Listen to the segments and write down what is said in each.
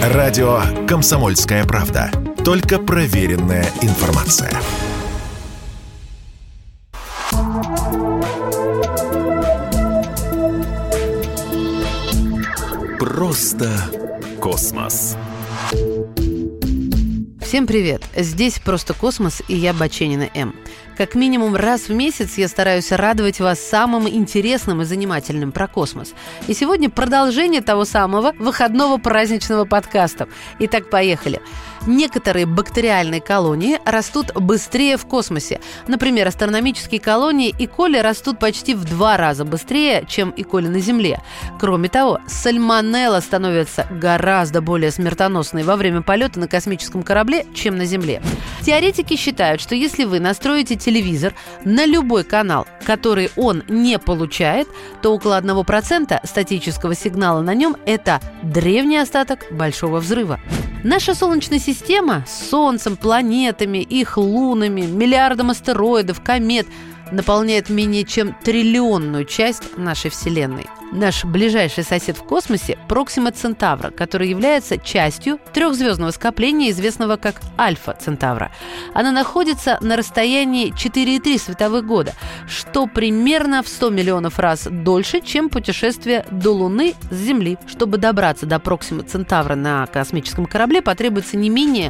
Радио «Комсомольская правда». Только проверенная информация. Просто космос. Всем привет! Здесь «Просто космос» и я, Баченина М. Как минимум раз в месяц я стараюсь радовать вас самым интересным и занимательным про космос. И сегодня продолжение того самого выходного праздничного подкаста. Итак, поехали. Некоторые бактериальные колонии растут быстрее в космосе. Например, астрономические колонии И. коли растут почти в 2 раза быстрее, чем И. коли на Земле. Кроме того, сальмонелла становится гораздо более смертоносной во время полета на космическом корабле, чем на Земле. Теоретики считают, что если вы настроите телевизор на любой канал, который он не получает, то около 1% статического сигнала на нем – это древний остаток Большого взрыва. Наша Солнечная система с Солнцем, планетами, их лунами, миллиардом астероидов, комет наполняет менее чем триллионную часть нашей Вселенной. Наш ближайший сосед в космосе – Проксима Центавра, который является частью трехзвездного скопления, известного как Альфа Центавра. Она находится на расстоянии 4,3 световых года, что примерно в 100 миллионов раз дольше, чем путешествие до Луны с Земли. Чтобы добраться до Проксимы Центавра на космическом корабле, потребуется не менее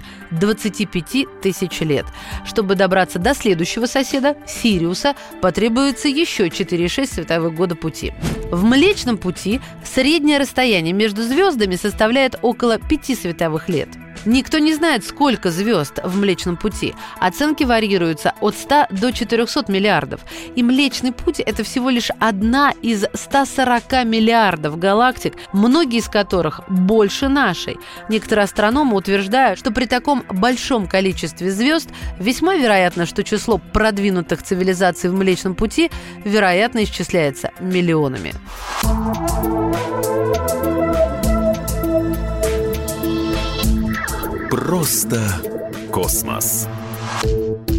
25 тысяч лет. Чтобы добраться до следующего соседа, Сириуса, потребуется еще 4,6 световых года пути. В Млечном пути среднее расстояние между звездами составляет около 5 световых лет. Никто не знает, сколько звезд в Млечном пути. Оценки варьируются от 100 до 400 миллиардов. И Млечный путь – это всего лишь одна из 140 миллиардов галактик, многие из которых больше нашей. Некоторые астрономы утверждают, что при таком большом количестве звезд весьма вероятно, что число продвинутых цивилизаций в Млечном пути, вероятно, исчисляется миллионами. Просто космос.